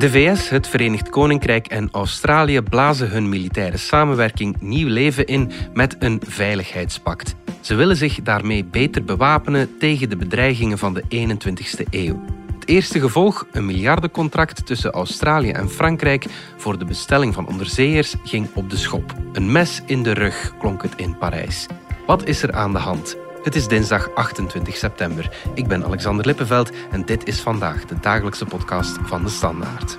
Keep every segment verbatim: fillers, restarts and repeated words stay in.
De V S, het Verenigd Koninkrijk en Australië blazen hun militaire samenwerking nieuw leven in met een veiligheidspact. Ze willen zich daarmee beter bewapenen tegen de bedreigingen van de eenentwintigste eeuw. Het eerste gevolg, een miljardencontract tussen Australië en Frankrijk voor de bestelling van onderzeeërs, ging op de schop. Een mes in de rug, klonk het in Parijs. Wat is er aan de hand? Het is dinsdag achtentwintig september. Ik ben Alexander Lippenveld en dit is vandaag de dagelijkse podcast van De Standaard.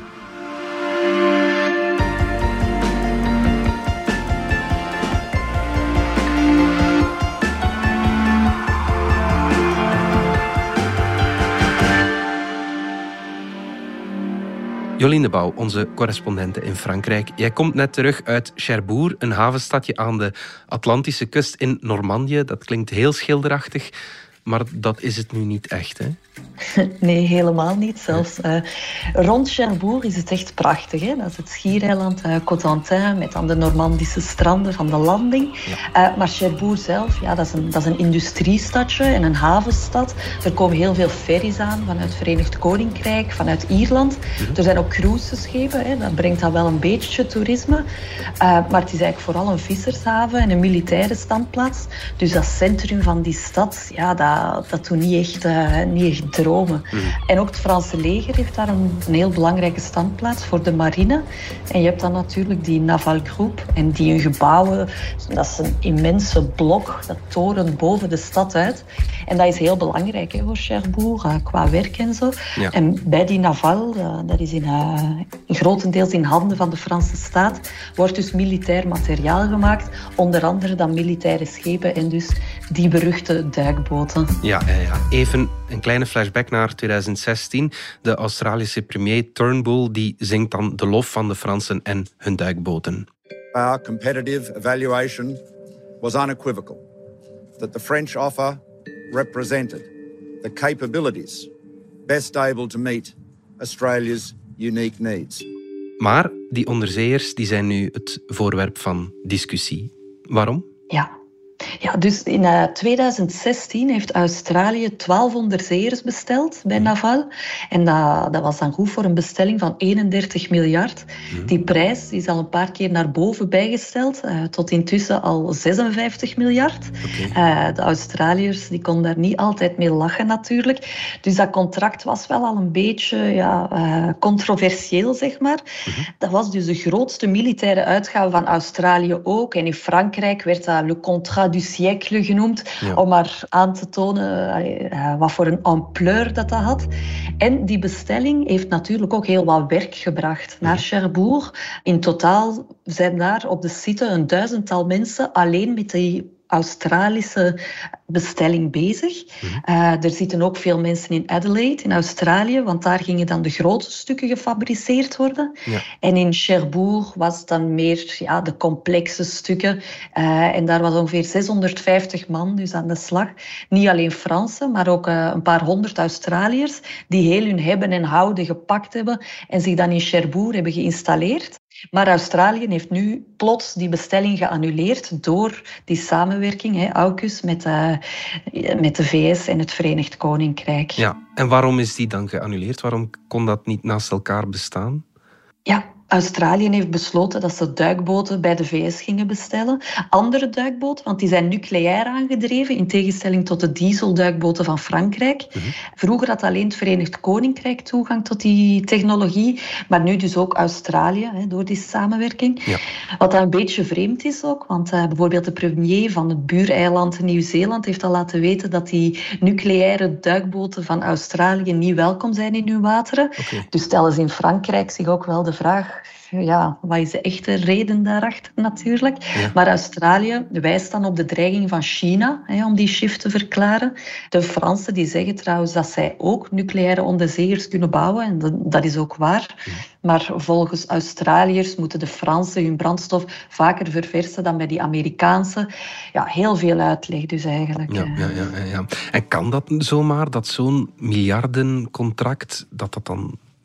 Jolien de Bouw, onze correspondente in Frankrijk. Jij komt net terug uit Cherbourg, een havenstadje aan de Atlantische kust in Normandië. Dat klinkt heel schilderachtig, maar dat is het nu niet echt, hè? Nee, helemaal niet zelfs. Uh, rond Cherbourg is het echt prachtig. Hè? Dat is het schiereiland uh, Cotentin met aan de Normandische stranden van de landing. Ja. Uh, maar Cherbourg zelf, ja, dat is, een, dat is een industriestadje en een havenstad. Er komen heel veel ferries aan vanuit het Verenigd Koninkrijk, vanuit Ierland. Mm-hmm. Er zijn ook cruiseschepen, hè? Dat brengt dan wel een beetje toerisme. Uh, maar het is eigenlijk vooral een vissershaven en een militaire standplaats. Dus dat centrum van die stad, ja, dat, dat doet niet echt, uh, niet echt dromen. Mm. En ook het Franse leger heeft daar een, een heel belangrijke standplaats voor de marine. En je hebt dan natuurlijk die Naval Group en die hun gebouwen. Dat is een immense blok, dat torent boven de stad uit. En dat is heel belangrijk hè, voor Cherbourg, uh, qua werk en zo. Ja. En bij die Naval, uh, dat is in, uh, grotendeels in handen van de Franse staat, wordt dus militair materiaal gemaakt. Onder andere dan militaire schepen en dus die beruchte duikboten. Ja, ja, ja. Even een kleine flashback naar twintig zestien. De Australische premier Turnbull die zingt dan de lof van de Fransen en hun duikboten. Our competitive evaluation was unequivocal that the French offer represented the capabilities best able to meet Australia's unique needs. Maar die onderzeeërs die zijn nu het voorwerp van discussie. Waarom? Ja. Ja, dus in uh, twintig zestien heeft Australië twaalf onderzeeërs besteld bij Naval. En dat, dat was dan goed voor een bestelling van eenendertig miljard. Mm. Die prijs is al een paar keer naar boven bijgesteld. Uh, tot intussen al zesenvijftig miljard. Okay. Uh, de Australiërs die konden daar niet altijd mee lachen natuurlijk. Dus dat contract was wel al een beetje ja, uh, controversieel, zeg maar. Mm-hmm. Dat was dus de grootste militaire uitgave van Australië ook. En in Frankrijk werd dat le contrat du siècle genoemd, ja. Om maar aan te tonen uh, wat voor een ampleur dat dat had. En die bestelling heeft natuurlijk ook heel wat werk gebracht naar Cherbourg. In totaal zijn daar op de site een duizendtal mensen alleen met die Australische bestelling bezig. Mm-hmm. Uh, er zitten ook veel mensen in Adelaide, in Australië, want daar gingen dan de grote stukken gefabriceerd worden. Ja. En in Cherbourg was het dan meer ja, de complexe stukken. Uh, en daar was ongeveer zeshonderdvijftig man dus aan de slag. Niet alleen Fransen, maar ook uh, een paar honderd Australiërs die heel hun hebben en houden gepakt hebben en zich dan in Cherbourg hebben geïnstalleerd. Maar Australië heeft nu plots die bestelling geannuleerd door die samenwerking, hè, AUKUS, met, uh, met de V S en het Verenigd Koninkrijk. Ja, en waarom is die dan geannuleerd? Waarom kon dat niet naast elkaar bestaan? Ja, Australië heeft besloten dat ze duikboten bij de V S gingen bestellen. Andere duikboten, want die zijn nucleair aangedreven, in tegenstelling tot de dieselduikboten van Frankrijk. Mm-hmm. Vroeger had alleen het Verenigd Koninkrijk toegang tot die technologie, maar nu dus ook Australië, hè, door die samenwerking. Ja. Wat dan een beetje vreemd is ook, want uh, bijvoorbeeld de premier van het buureiland Nieuw-Zeeland heeft al laten weten dat die nucleaire duikboten van Australië niet welkom zijn in hun wateren. Okay. Dus stellen ze in Frankrijk zich ook wel de vraag, ja, wat is de echte reden daarachter natuurlijk? Ja. Maar Australië wijst dan op de dreiging van China hè, om die shift te verklaren. De Fransen die zeggen trouwens dat zij ook nucleaire onderzeeërs kunnen bouwen. En dat, dat is ook waar. Ja. Maar volgens Australiërs moeten de Fransen hun brandstof vaker verversen dan bij die Amerikaanse. Ja, heel veel uitleg dus eigenlijk. Ja, ja, ja, ja. En kan dat zomaar, dat zo'n miljardencontract, dat dat dan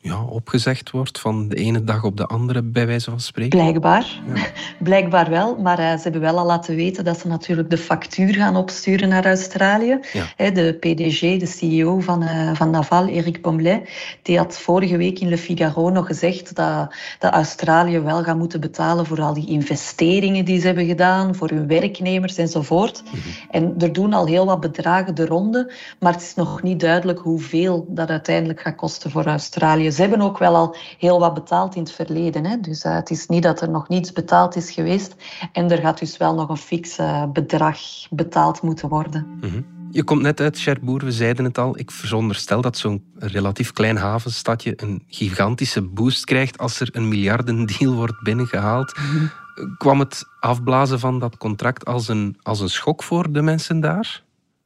ja, opgezegd wordt van de ene dag op de andere, bij wijze van spreken? Blijkbaar. Ja. Blijkbaar wel, maar uh, ze hebben wel al laten weten dat ze natuurlijk de factuur gaan opsturen naar Australië. Ja. He, de P D G, de C E O van, uh, van Naval, Eric Pommelet, die had vorige week in Le Figaro nog gezegd dat, dat Australië wel gaat moeten betalen voor al die investeringen die ze hebben gedaan, voor hun werknemers enzovoort. Mm-hmm. En er doen al heel wat bedragen de ronde, maar het is nog niet duidelijk hoeveel dat uiteindelijk gaat kosten voor Australië. Ze hebben ook wel al heel wat betaald in het verleden. Hè? Dus uh, het is niet dat er nog niets betaald is geweest. En er gaat dus wel nog een fix uh, bedrag betaald moeten worden. Mm-hmm. Je komt net uit Cherbourg, we zeiden het al. Ik veronderstel dat zo'n relatief klein havenstadje een gigantische boost krijgt als er een miljardendeal wordt binnengehaald. Mm-hmm. Kwam het afblazen van dat contract als een, als een schok voor de mensen daar?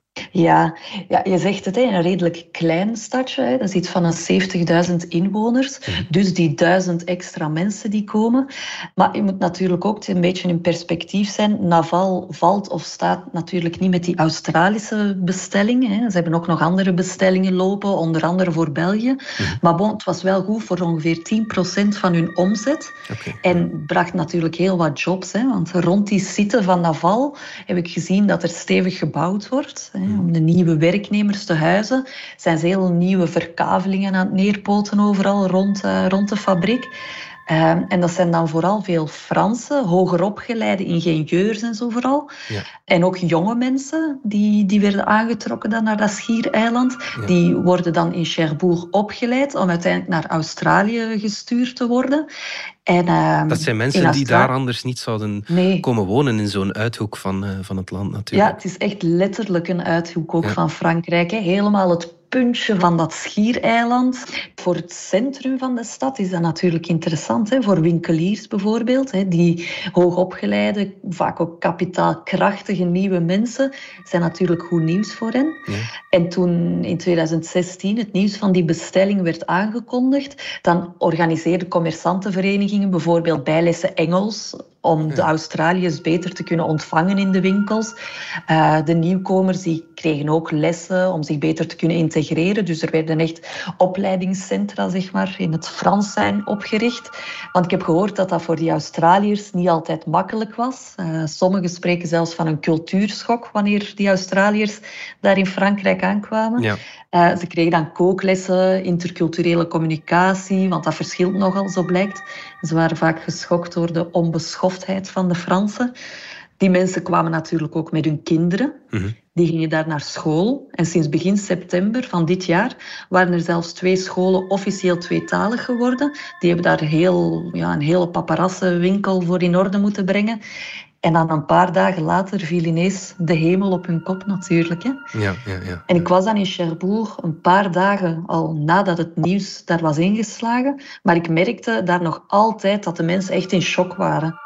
Ja, ja, je zegt het, een redelijk klein stadje. Dat is iets van een zeventigduizend inwoners. Dus die duizend extra mensen die komen. Maar je moet natuurlijk ook een beetje in perspectief zijn. Naval valt of staat natuurlijk niet met die Australische bestellingen. Ze hebben ook nog andere bestellingen lopen, onder andere voor België. Maar bon, het was wel goed voor ongeveer tien procent van hun omzet. Okay. En bracht natuurlijk heel wat jobs. Hè, want rond die site van Naval heb ik gezien dat er stevig gebouwd wordt. Hè, om de nieuwe werknemers te huizen. Er zijn heel nieuwe verkavelingen aan het neerpoten overal rond, uh, rond de fabriek. Uh, en dat zijn dan vooral veel Fransen, hoger opgeleide ingenieurs en zo vooral. Ja. En ook jonge mensen die, die werden aangetrokken dan naar dat schiereiland. Ja. Die worden dan in Cherbourg opgeleid om uiteindelijk naar Australië gestuurd te worden. En, uh, dat zijn mensen Austra- die daar anders niet zouden nee. komen wonen in zo'n uithoek van, uh, van het land natuurlijk. Ja, het is echt letterlijk een uithoek ook ja. van Frankrijk. Hè. Helemaal het puntje van dat schiereiland. Voor het centrum van de stad is dat natuurlijk interessant. Hè? Voor winkeliers bijvoorbeeld. Hè? Die hoogopgeleide, vaak ook kapitaalkrachtige nieuwe mensen zijn natuurlijk goed nieuws voor hen. Ja. En toen in twintig zestien het nieuws van die bestelling werd aangekondigd, dan organiseerden commerçantenverenigingen bijvoorbeeld bijlessen Engels om de Australiërs beter te kunnen ontvangen in de winkels. Uh, de nieuwkomers die kregen ook lessen om zich beter te kunnen integreren. Dus er werden echt opleidingscentra, zeg maar, in het Frans zijn opgericht. Want ik heb gehoord dat dat voor die Australiërs niet altijd makkelijk was. Uh, sommigen spreken zelfs van een cultuurschok wanneer die Australiërs daar in Frankrijk aankwamen. Ja. Uh, ze kregen dan kooklessen, interculturele communicatie, want dat verschilt nogal, zo blijkt. Ze waren vaak geschokt door de onbeschoftheid van de Fransen. Die mensen kwamen natuurlijk ook met hun kinderen. Mm-hmm. Die gingen daar naar school. En sinds begin september van dit jaar waren er zelfs twee scholen officieel tweetalig geworden. Die hebben daar heel, ja, een hele paparassenwinkel voor in orde moeten brengen. En dan een paar dagen later viel ineens de hemel op hun kop natuurlijk. Hè. Ja, ja, ja. En ik was dan in Cherbourg een paar dagen al nadat het nieuws daar was ingeslagen. Maar ik merkte daar nog altijd dat de mensen echt in shock waren.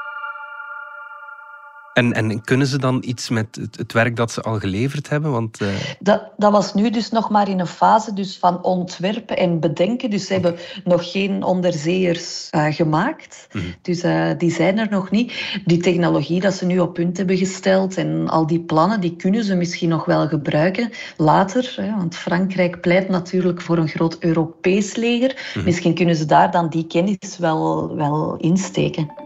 En, en kunnen ze dan iets met het, het werk dat ze al geleverd hebben? Want, uh... dat, dat was nu dus nog maar in een fase dus van ontwerpen en bedenken. Dus ze hebben nog geen onderzeeërs uh, gemaakt. Mm-hmm. Dus uh, die zijn er nog niet. Die technologie dat ze nu op punt hebben gesteld en al die plannen, die kunnen ze misschien nog wel gebruiken later. Hè, want Frankrijk pleit natuurlijk voor een groot Europees leger. Mm-hmm. Misschien kunnen ze daar dan die kennis wel, wel insteken.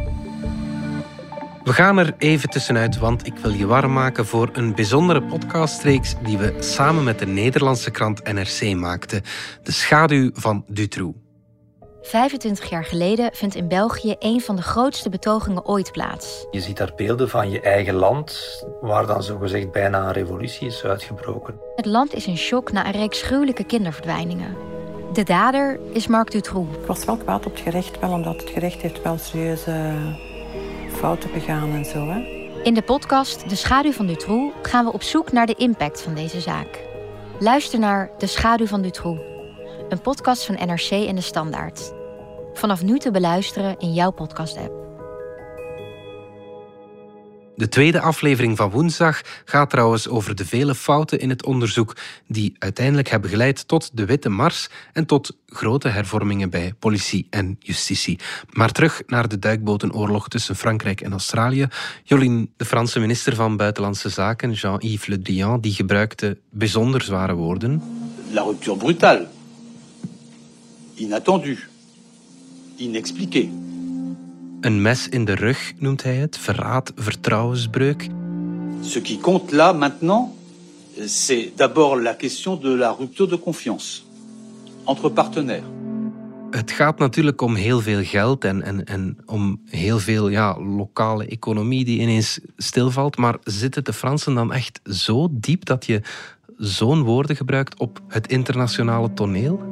We gaan er even tussenuit, want ik wil je warm maken voor een bijzondere podcastreeks die we samen met de Nederlandse krant N R C maakten. De schaduw van Dutroux. vijfentwintig jaar geleden vindt in België een van de grootste betogingen ooit plaats. Je ziet daar beelden van je eigen land, waar dan zogezegd bijna een revolutie is uitgebroken. Het land is in shock na een reeks gruwelijke kinderverdwijningen. De dader is Marc Dutroux. Ik was wel kwaad op het gerecht, wel omdat het gerecht heeft wel serieuze fouten begaan en zo. Hè? In de podcast De Schaduw van Dutroux gaan we op zoek naar de impact van deze zaak. Luister naar De Schaduw van Dutroux, een podcast van N R C en De Standaard. Vanaf nu te beluisteren in jouw podcast-app. De tweede aflevering van woensdag gaat trouwens over de vele fouten in het onderzoek die uiteindelijk hebben geleid tot de Witte Mars en tot grote hervormingen bij politie en justitie. Maar terug naar de duikbotenoorlog tussen Frankrijk en Australië. Jolien, de Franse minister van Buitenlandse Zaken, Jean-Yves Le Drian, die gebruikte bijzonder zware woorden. La rupture brutale inattendu, inexpliqué. Een mes in de rug noemt hij het, verraad, vertrouwensbreuk. Ce qui compte là maintenant, c'est d'abord la question de la rupture de confiance entre partenaires. Het gaat natuurlijk om heel veel geld en, en, en om heel veel ja, lokale economie die ineens stilvalt. Maar zitten de Fransen dan echt zo diep dat je zo'n woorden gebruikt op het internationale toneel?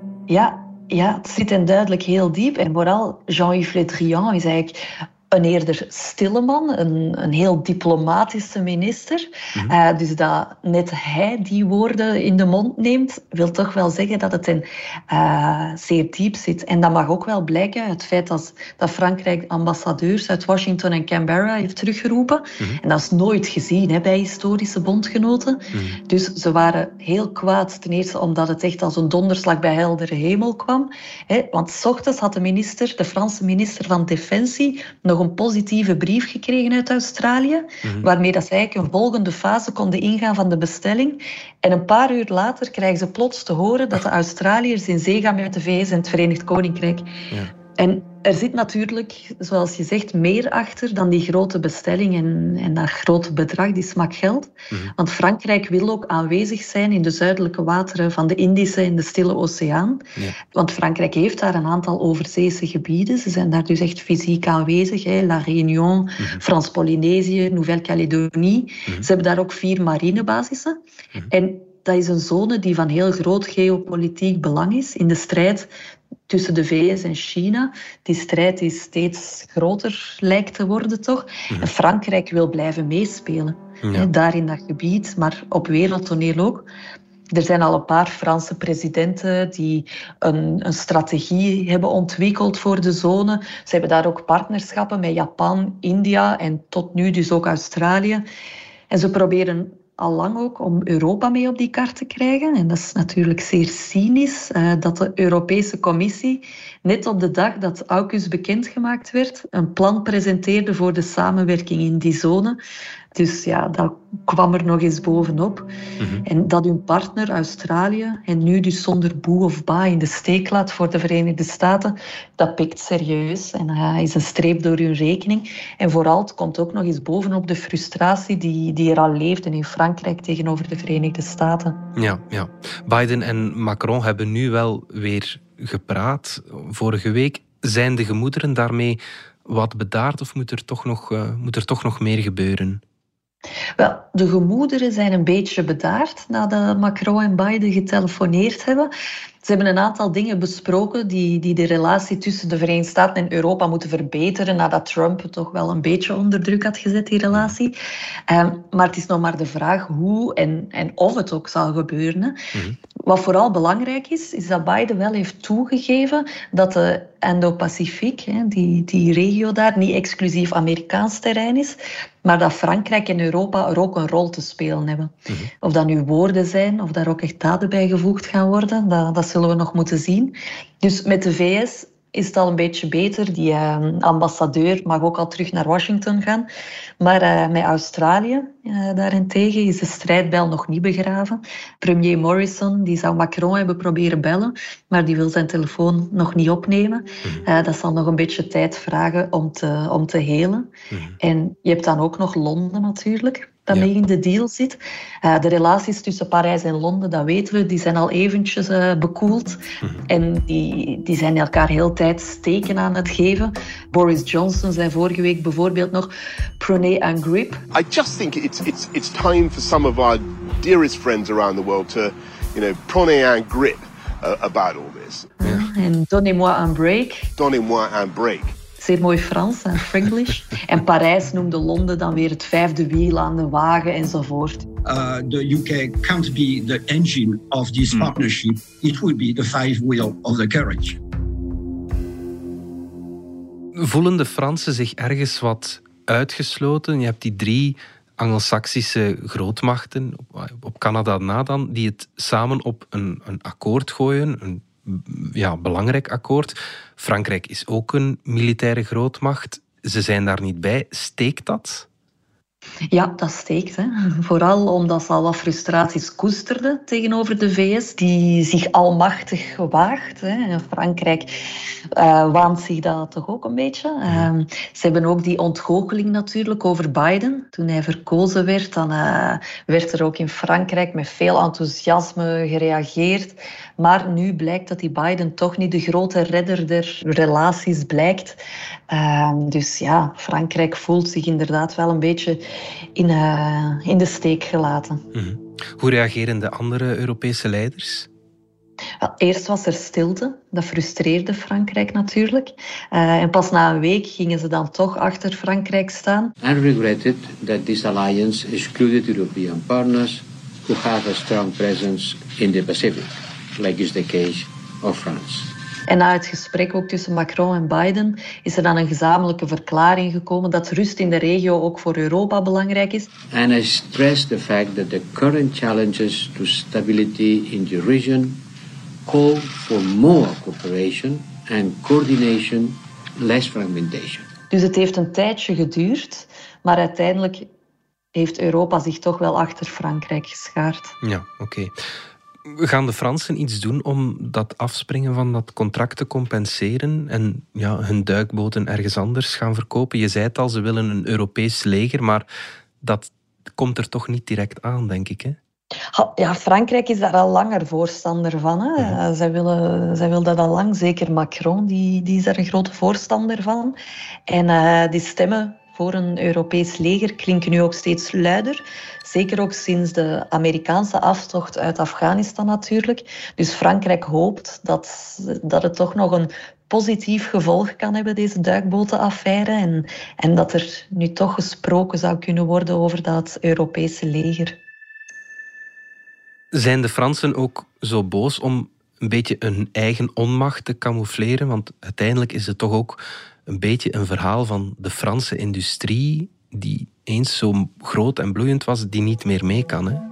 Ja, ja, het zit hen duidelijk heel diep. En vooral Jean-Yves Le Drian is eigenlijk een eerder stille man, een, een heel diplomatische minister. Mm-hmm. Uh, dus dat net hij die woorden in de mond neemt, wil toch wel zeggen dat het in, uh, zeer diep zit. En dat mag ook wel blijken uit het feit dat, dat Frankrijk ambassadeurs uit Washington en Canberra heeft teruggeroepen. Mm-hmm. En dat is nooit gezien hè, bij historische bondgenoten. Mm-hmm. Dus ze waren heel kwaad, ten eerste omdat het echt als een donderslag bij heldere hemel kwam. Hè, want 's ochtends had de minister, de Franse minister van Defensie, nog een positieve brief gekregen uit Australië, mm-hmm. waarmee dat ze eigenlijk een volgende fase konden ingaan van de bestelling. En een paar uur later krijgen ze plots te horen dat de Australiërs in zee gaan met de V S en het Verenigd Koninkrijk. Ja. En er zit natuurlijk, zoals je zegt, meer achter dan die grote bestelling en, en dat grote bedrag, die smak geld. Mm-hmm. Want Frankrijk wil ook aanwezig zijn in de zuidelijke wateren van de Indische en de Stille Oceaan. Ja. Want Frankrijk heeft daar een aantal overzeese gebieden. Ze zijn daar dus echt fysiek aanwezig. Hè. La Réunion, mm-hmm. Frans-Polynesië, Nouvelle-Calédonie. Mm-hmm. Ze hebben daar ook vier marinebasissen. Mm-hmm. En dat is een zone die van heel groot geopolitiek belang is in de strijd tussen de V S en China. Die strijd die steeds groter lijkt te worden, toch? Mm-hmm. En Frankrijk wil blijven meespelen. Ja. Hè, daar in dat gebied, maar op wereldtoneel ook. Er zijn al een paar Franse presidenten die een, een strategie hebben ontwikkeld voor de zone. Ze hebben daar ook partnerschappen met Japan, India en tot nu dus ook Australië. En ze proberen al lang ook om Europa mee op die kaart te krijgen. En dat is natuurlijk zeer cynisch uh, dat de Europese Commissie net op de dag dat AUKUS bekendgemaakt werd, een plan presenteerde voor de samenwerking in die zone. Dus ja, dat kwam er nog eens bovenop. Mm-hmm. En dat hun partner Australië en nu dus zonder boe of ba in de steek laat voor de Verenigde Staten, dat pikt serieus en uh, is een streep door hun rekening. En vooral, het komt ook nog eens bovenop de frustratie die, die er al leefde in Frankrijk tegenover de Verenigde Staten. Ja, ja. Biden en Macron hebben nu wel weer gepraat vorige week. Zijn de gemoederen daarmee wat bedaard of moet er toch nog, uh, moet er toch nog meer gebeuren? Wel, de gemoederen zijn een beetje bedaard nadat Macron en Biden getelefoneerd hebben. Ze hebben een aantal dingen besproken die, die de relatie tussen de Verenigde Staten en Europa moeten verbeteren nadat Trump het toch wel een beetje onder druk had gezet, die relatie. Um, maar het is nog maar de vraag hoe en, en of het ook zal gebeuren. Mm-hmm. Wat vooral belangrijk is, is dat Biden wel heeft toegegeven dat de Indo-Pacifiek, die, die regio daar, niet exclusief Amerikaans terrein is, maar dat Frankrijk en Europa er ook een rol te spelen hebben. Mm-hmm. Of dat nu woorden zijn, of daar ook echt daden bij gevoegd gaan worden, dat, dat zullen we nog moeten zien. Dus met de V S is het al een beetje beter. Die uh, ambassadeur mag ook al terug naar Washington gaan. Maar uh, met Australië uh, daarentegen is de strijdbijl nog niet begraven. Premier Morrison die zou Macron hebben proberen bellen, maar die wil zijn telefoon nog niet opnemen. Uh, dat zal nog een beetje tijd vragen om te, om te helen. Mm-hmm. En je hebt dan ook nog Londen natuurlijk, dat mee ja. in de deal zit. Uh, de relaties tussen Parijs en Londen, dat weten we, die zijn al eventjes uh, bekoeld. Mm-hmm. En die, die zijn elkaar heel tijd steken aan het geven. Boris Johnson zei vorige week bijvoorbeeld nog, prenez un grip. I just think it's, it's, it's time for some of our dearest friends around the world to, you know, prenez un grip uh, about all this. Ja. En donnez-moi un break. Donnez-moi un break. Zeer mooi Frans en Franglish. En Parijs noemde Londen dan weer het vijfde wiel aan de wagen enzovoort. Uh, the U K can't be the engine of this partnership. It will be the five wheel of the carriage. Voelen de Fransen zich ergens wat uitgesloten? Je hebt die drie Anglo-Saxische grootmachten, op Canada na dan, die het samen op een, een akkoord gooien, een ja, belangrijk akkoord. Frankrijk is ook een militaire grootmacht. Ze zijn daar niet bij. Steekt dat? Ja, dat steekt. Hè. Vooral omdat ze al wat frustraties koesterden tegenover de V S, die zich almachtig waagt. Hè. Frankrijk uh, waant zich dat toch ook een beetje. Uh, ze hebben ook die ontgoocheling natuurlijk over Biden. Toen hij verkozen werd, dan uh, werd er ook in Frankrijk met veel enthousiasme gereageerd. Maar nu blijkt dat die Biden toch niet de grote redder der relaties blijkt. Uh, dus ja, Frankrijk voelt zich inderdaad wel een beetje in, uh, in de steek gelaten. Mm-hmm. Hoe reageren de andere Europese leiders? Wel, eerst was er stilte. Dat frustreerde Frankrijk natuurlijk. Uh, en pas na een week gingen ze dan toch achter Frankrijk staan. I regretted that this alliance excluded European partners who have a strong presence in the Pacific, like is the case of France. En na het gesprek ook tussen Macron en Biden is er dan een gezamenlijke verklaring gekomen dat rust in de regio ook voor Europa belangrijk is. And I stress the fact that the current challenges to stability in the region call for more cooperation and coordination, less fragmentation. Dus het heeft een tijdje geduurd, maar uiteindelijk heeft Europa zich toch wel achter Frankrijk geschaard. Ja, oké. Okay. Gaan de Fransen iets doen om dat afspringen van dat contract te compenseren en ja, hun duikboten ergens anders gaan verkopen? Je zei het al, ze willen een Europees leger, maar dat komt er toch niet direct aan, denk ik, hè? Ja, Frankrijk is daar al langer voorstander van. Hè. Ja. Zij, willen, zij wil dat al lang. Zeker Macron, die, die is daar een grote voorstander van. En uh, die stemmen voor een Europees leger klinken nu ook steeds luider. Zeker ook sinds de Amerikaanse aftocht uit Afghanistan natuurlijk. Dus Frankrijk hoopt dat, dat het toch nog een positief gevolg kan hebben, deze duikbotenaffaire. En, en dat er nu toch gesproken zou kunnen worden over dat Europese leger. Zijn de Fransen ook zo boos om een beetje hun eigen onmacht te camoufleren? Want uiteindelijk is het toch ook een beetje een verhaal van de Franse industrie die eens zo groot en bloeiend was, die niet meer mee kan, hè?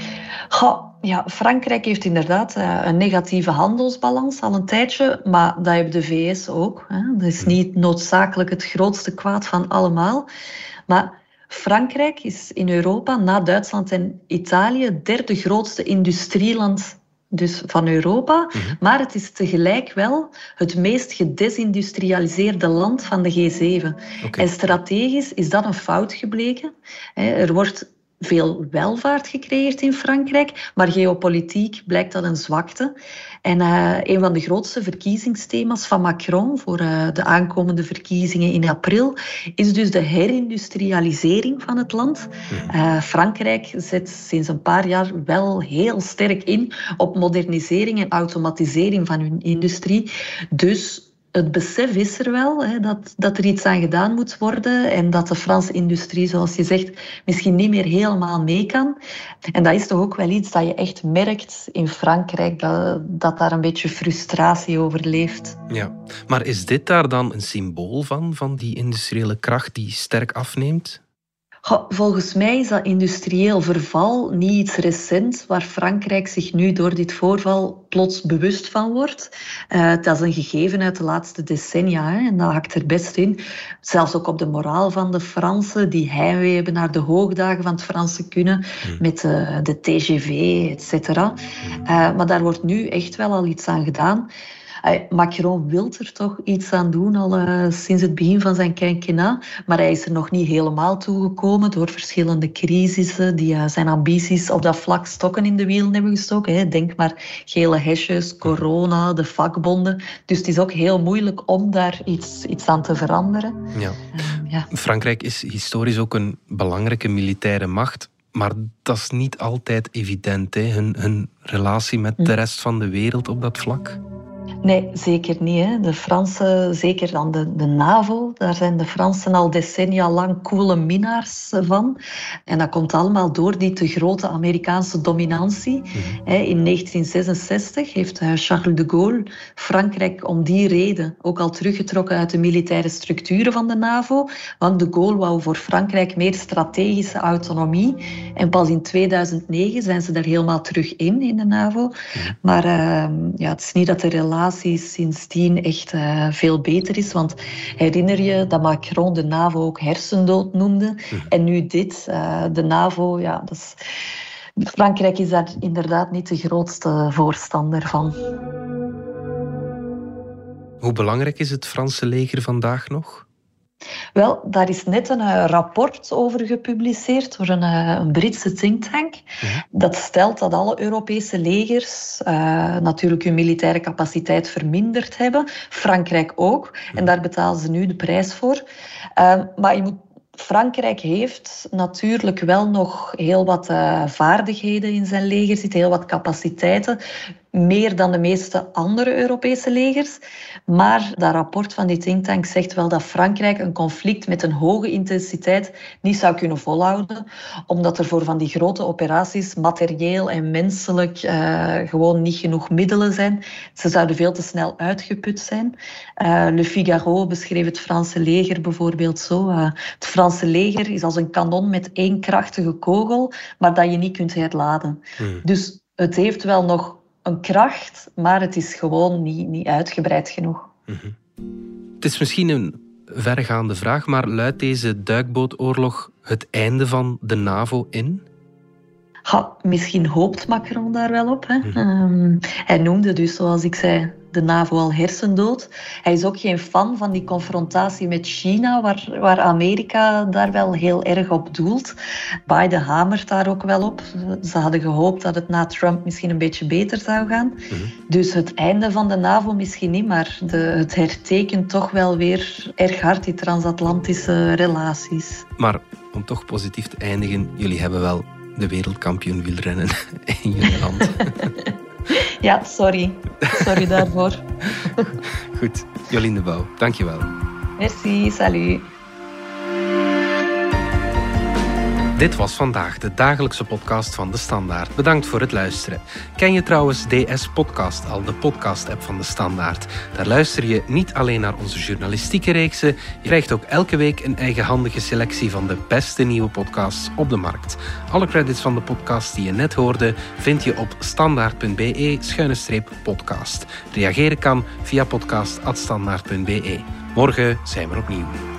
Goh, ja, Frankrijk heeft inderdaad een negatieve handelsbalans al een tijdje, maar dat hebben de V S ook. Hè. Dat is niet noodzakelijk het grootste kwaad van allemaal. Maar Frankrijk is in Europa, na Duitsland en Italië, het derde grootste industrieland dus van Europa. Mm-hmm. Maar het is tegelijk wel het meest gedesindustrialiseerde land van de G zeven. Okay. En strategisch is dat een fout gebleken. Er wordt veel welvaart gecreëerd in Frankrijk, maar geopolitiek blijkt dat een zwakte. En uh, een van de grootste verkiezingsthema's van Macron voor uh, de aankomende verkiezingen in april is dus de herindustrialisering van het land. Uh, Frankrijk zet sinds een paar jaar wel heel sterk in op modernisering en automatisering van hun industrie. Dus het besef is er wel, hè, dat, dat er iets aan gedaan moet worden en dat de Franse industrie, zoals je zegt, misschien niet meer helemaal mee kan. En dat is toch ook wel iets dat je echt merkt in Frankrijk, dat, dat daar een beetje frustratie over leeft. Ja, maar is dit daar dan een symbool van, van die industriële kracht die sterk afneemt? Volgens mij is dat industrieel verval niet iets recent waar Frankrijk zich nu door dit voorval plots bewust van wordt. Uh, dat is een gegeven uit de laatste decennia, hè, en dat hakt er best in. Zelfs ook op de moraal van de Fransen, die heimwee hebben naar de hoogdagen van het Franse kunnen, mm. met uh, de T G V, et cetera. Uh, maar daar wordt nu echt wel al iets aan gedaan. Macron wil er toch iets aan doen al uh, sinds het begin van zijn quinquennat, maar hij is er nog niet helemaal toegekomen door verschillende crisissen die uh, zijn ambities op dat vlak stokken in de wielen hebben gestoken. Hè. Denk maar gele hesjes, corona, de vakbonden. Dus het is ook heel moeilijk om daar iets, iets aan te veranderen. Ja. Uh, ja. Frankrijk is historisch ook een belangrijke militaire macht. Maar dat is niet altijd evident, hè? Hun, hun relatie met de rest van de wereld op dat vlak. Nee, zeker niet. Hè. De Fransen, zeker dan de, de NAVO, daar zijn de Fransen al decennia lang koele minnaars van. En dat komt allemaal door die te grote Amerikaanse dominantie. Mm-hmm. In negentien zesenzestig heeft Charles de Gaulle Frankrijk om die reden ook al teruggetrokken uit de militaire structuren van de NAVO. Want de Gaulle wou voor Frankrijk meer strategische autonomie. En pas in tweeduizend negen zijn ze daar helemaal terug in, in de NAVO. Mm-hmm. Maar uh, ja, het is niet dat de relatie relatie sindsdien echt uh, veel beter is. Want herinner je dat Macron de NAVO ook hersendood noemde? Mm. En nu dit, uh, de NAVO, ja, dat is... Frankrijk is daar inderdaad niet de grootste voorstander van. Hoe belangrijk is het Franse leger vandaag nog? Wel, daar is net een uh, rapport over gepubliceerd door een, uh, een Britse thinktank. Mm-hmm. Dat stelt dat alle Europese legers uh, natuurlijk hun militaire capaciteit verminderd hebben. Frankrijk ook. Mm-hmm. En daar betalen ze nu de prijs voor. Uh, maar je moet Frankrijk heeft natuurlijk wel nog heel wat uh, vaardigheden in zijn leger, zit heel wat capaciteiten, meer dan de meeste andere Europese legers. Maar dat rapport van die thinktank zegt wel dat Frankrijk een conflict met een hoge intensiteit niet zou kunnen volhouden, omdat er voor van die grote operaties materieel en menselijk uh, gewoon niet genoeg middelen zijn. Ze zouden veel te snel uitgeput zijn. Uh, Le Figaro beschreef het Franse leger bijvoorbeeld zo. Uh, het Franse leger is als een kanon met één krachtige kogel, maar dat je niet kunt herladen. Hmm. Dus het heeft wel nog een kracht, maar het is gewoon niet, niet uitgebreid genoeg. Mm-hmm. Het is misschien een verregaande vraag, maar luidt deze duikbootoorlog het einde van de NAVO in? Ha, misschien hoopt Macron daar wel op. Hè. Mm-hmm. Um, hij noemde dus, zoals ik zei, de NAVO al hersendood. Hij is ook geen fan van die confrontatie met China, waar, waar Amerika daar wel heel erg op doelt. Biden hamert daar ook wel op. Ze hadden gehoopt dat het na Trump misschien een beetje beter zou gaan. Mm-hmm. Dus het einde van de NAVO misschien niet, maar de, het hertekent toch wel weer erg hard die transatlantische relaties. Maar om toch positief te eindigen, jullie hebben wel de wereldkampioen wielrennen in jullie land. Ja, sorry. Sorry daarvoor. Goed. Jolien de Bouw, dank je wel. Merci, salut. Dit was vandaag de dagelijkse podcast van De Standaard. Bedankt voor het luisteren. Ken je trouwens D S Podcast al, de podcast-app van De Standaard? Daar luister je niet alleen naar onze journalistieke reeksen, je krijgt ook elke week een eigenhandige selectie van de beste nieuwe podcasts op de markt. Alle credits van de podcast die je net hoorde vind je op standaard.be schuine streep podcast. Reageren kan via podcast at standaard punt be. Morgen zijn we opnieuw.